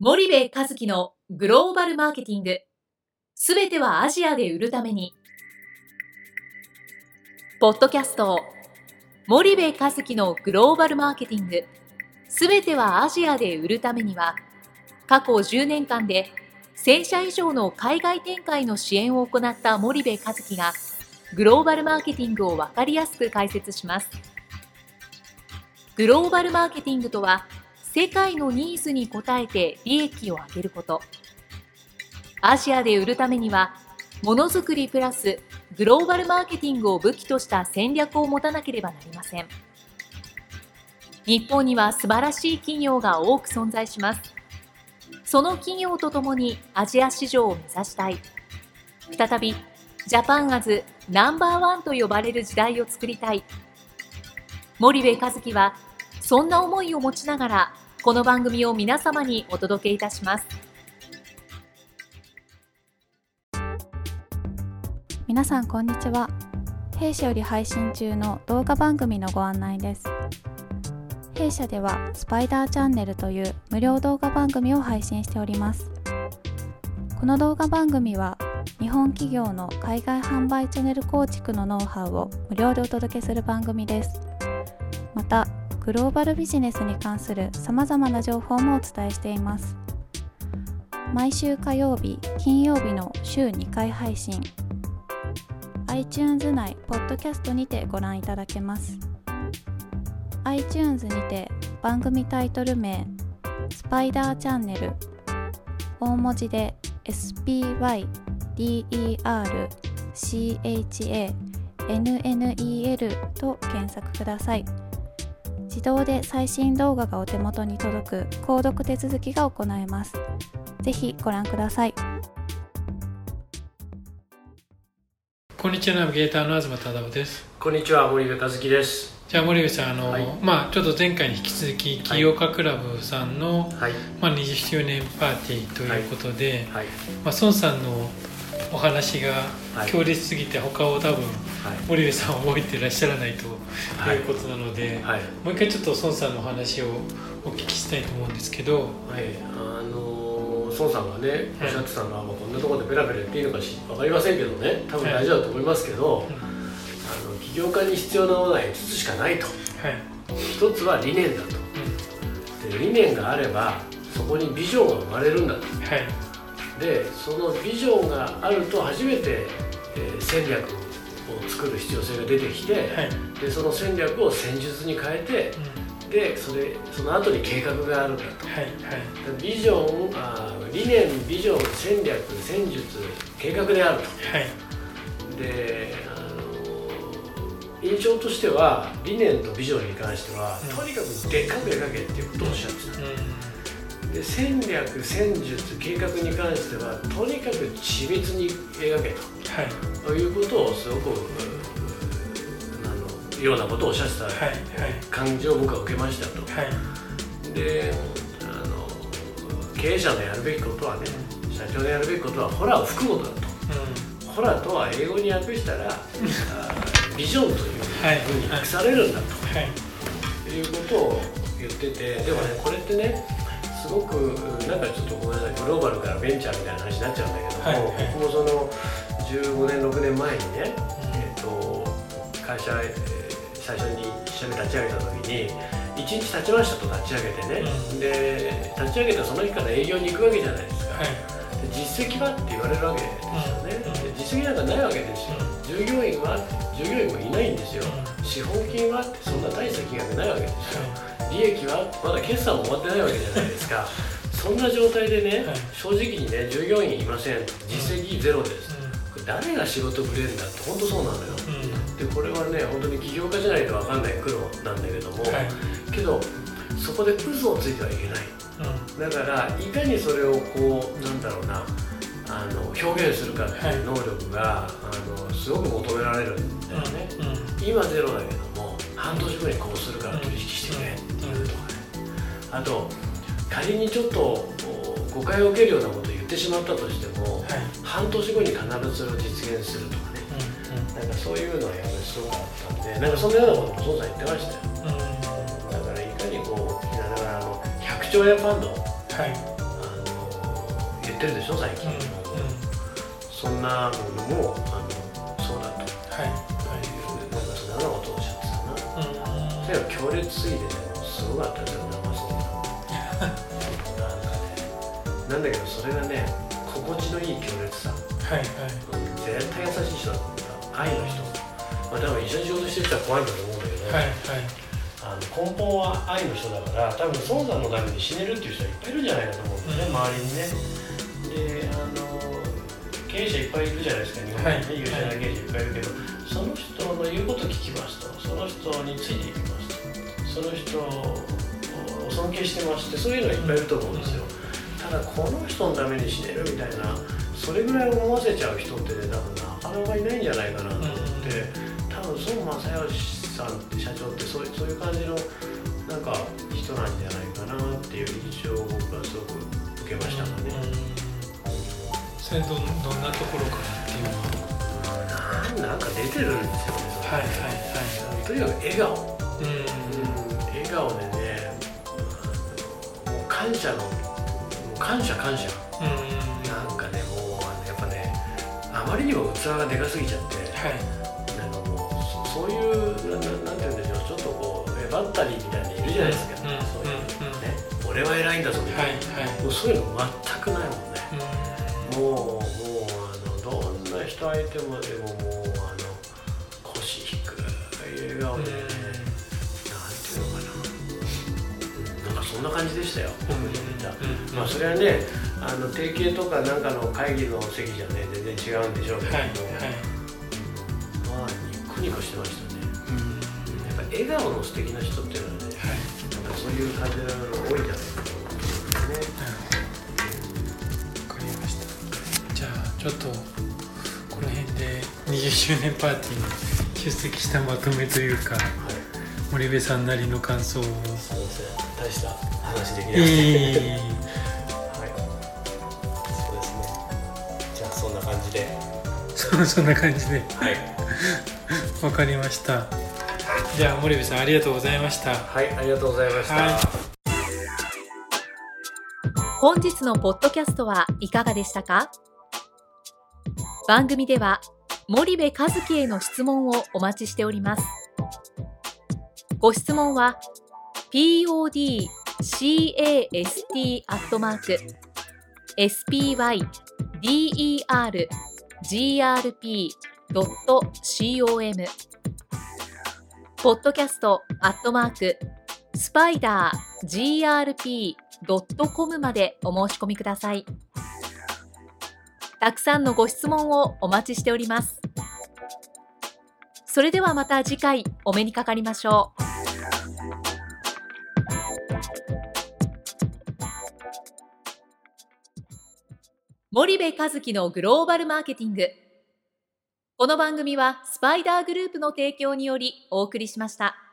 森部一樹のグローバルマーケティング、すべてはアジアで売るために。ポッドキャスト森部一樹のグローバルマーケティング、すべてはアジアで売るためには、過去10年間で1000社以上の海外展開の支援を行った森部一樹がグローバルマーケティングを分かりやすく解説します。グローバルマーケティングとは、世界のニーズに応えて利益を上げること。アジアで売るためには、ものづくりプラスグローバルマーケティングを武器とした戦略を持たなければなりません。日本には素晴らしい企業が多く存在します。その企業とともにアジア市場を目指したい。再びジャパンアズナンバーワンと呼ばれる時代を作りたい。森部一樹はそんな思いを持ちながら、この番組を皆様にお届けいたします。 皆さんこんにちは。弊社より配信中の動画番組のご案内です。弊社ではスパイダーチャンネルという無料動画番組を配信しております。この動画番組は日本企業の海外販売チャンネル構築のノウハウを無料でお届けする番組です。またグローバルビジネスに関するさまざまな情報もお伝えしています。毎週火曜日、金曜日の週2回配信。iTunes 内ポッドキャストにてご覧いただけます。iTunes にて番組タイトル名スパイダーチャンネル、大文字で SPYDERCHANNEL と検索ください。自動で最新動画がお手元に届く購読手続きが行えます。ぜひご覧ください。 こんにちは、ナビゲーターの東忠夫です。 こんにちは、森部一樹です。 じゃあ森部さん、ちょっと前回に引き続き起業家クラブさんの、20周年パーティーということで、孫さんのお話が強烈すぎて他を多分、森部さんは覚えていらっしゃらないということなので、もう一回ちょっと孫さんのお話をお聞きしたいと思うんですけど、 孫さんがねおっしゃってたのは、こんなところでペラペラ言っていいのか分かりませんけどね、多分大丈夫だと思いますけど、起業家に必要なものは5つしかないと、1つは理念だと、で理念があればそこにビジョンが生まれるんだと、でそのビジョンがあると初めて、戦略を作る必要性が出てきて、でその戦略を戦術に変えて、でその後に計画があるんだと、ビジョン理念、ビジョン、戦略、戦術、計画であると、で印象としては理念とビジョンに関しては、とにかくでっかく描けっていうことをおっしゃってた、で戦略、戦術、計画に関してはとにかく緻密に描けと、いうことをすごくようなことをおっしゃってた感じを僕は受けましたと、で経営者のやるべきことはね、社長のやるべきことはホラーを吹くことだと、ホラーとは英語に訳したらビジョンというふうに訳されるんだと、いうことを言ってて、でもねこれってねすごくなんかちょっとごめんなさい、グローバルからベンチャーみたいな話になっちゃうんだけども、僕もその15年6年前にね、会社最初に一緒に立ち上げた時に1日経ちましたと立ち上げてね、で立ち上げたその日から営業に行くわけじゃないですか、で実績はって言われるわけですよね、で実績なんかないわけですよ、従業員は従業員もいないんですよ、資本金はってそんな大した金額ないわけですよ、利益はまだ決算も終わってないわけじゃないですかそんな状態でね、正直にね従業員いません、実績ゼロです、これ誰が仕事くれるんだって本当そうなのよ、でこれはね本当に起業家じゃないと分かんない苦労なんだけども、けどそこで嘘をついてはいけない、だからいかにそれをこうなんだろうな表現するかっていう能力が、すごく求められるんだよね、今ゼロだけども半年後にこうするから取引してくれっていうとかね、あと仮にちょっと誤解を受けるようなことを言ってしまったとしても、半年後に必ずそれを実現するとかね、なんかそういうのはやっぱりすごかったんで、なんかそんなようなことも孫さん言ってましたよ、だからいかにこうだから100兆円ファンド、 言ってるでしょ最近、そんなものもそうだと、なんかそんなようなことをおっしゃってたな。それが強烈すぎてね、すごかったですよね、なんだけどそれがね、心地のいい強烈さ、絶対優しい人だと思った。愛の人、多分一緒に仕事してる人は怖いんだと思うんだけど、根本は愛の人だから、多分孫さんのために死ねるっていう人はいっぱいいるんじゃないかと思うんですね、周りにね。で経営者いっぱいいるじゃないですか、日本にね、優秀な経営者いっぱいいるけど、その人の言うことを聞きますと、その人についていきますと、その人を尊敬してますって、そういうのはいっぱいいると思うんですよ。ただこの人のために死ねるみたいな、それぐらい思わせちゃう人ってね、多分なかなかいないんじゃないかなと思って、多分孫正義さんって社長ってそういう感じのなんか人なんじゃないかなっていう印象を僕はすごく受けましたかね。 それどんなところかなっていうのはなんか出てるんですよね。とにかく笑顔、笑顔でね、もう感謝、なんかね、もうやっぱね、あまりにも器がでかすぎちゃって、もうそういうなんていうんでしょう、ちょっとこうバッタリーみたいにいるじゃないですか、そういうね、俺は偉いんだぞみたいな、もうそういうの全くないもんね。もうどんな人相手もでももう腰低い笑顔で、なんていうのかな、なんかそんな感じでしたよ、僕に見た。それはね、提携とかなんかの会議の席じゃね、全然違うんでしょうけど、ニコニコしてましたね。やっぱ笑顔の素敵な人っていうのはね、なんかそういう感じのの多いんじゃないかと思うんですね。 ちょっとこの辺で20周年パーティーに出席したまとめというか、森部さんなりの感想を。そうですね、 大した話できない、そうですね。じゃあそんな感じでそんな感じでわかりました。じゃあ森部さん、ありがとうございました。 ありがとうございました。 本日のポッドキャストはいかがでしたか？番組では森部一樹への質問をお待ちしております。ご質問は podcast@spydergrp.com podcast@spidergrp.com までお申し込みください。たくさんのご質問をお待ちしております。それではまた次回お目にかかりましょう。森部一樹のグローバルマーケティング。この番組はスパイダーグループの提供によりお送りしました。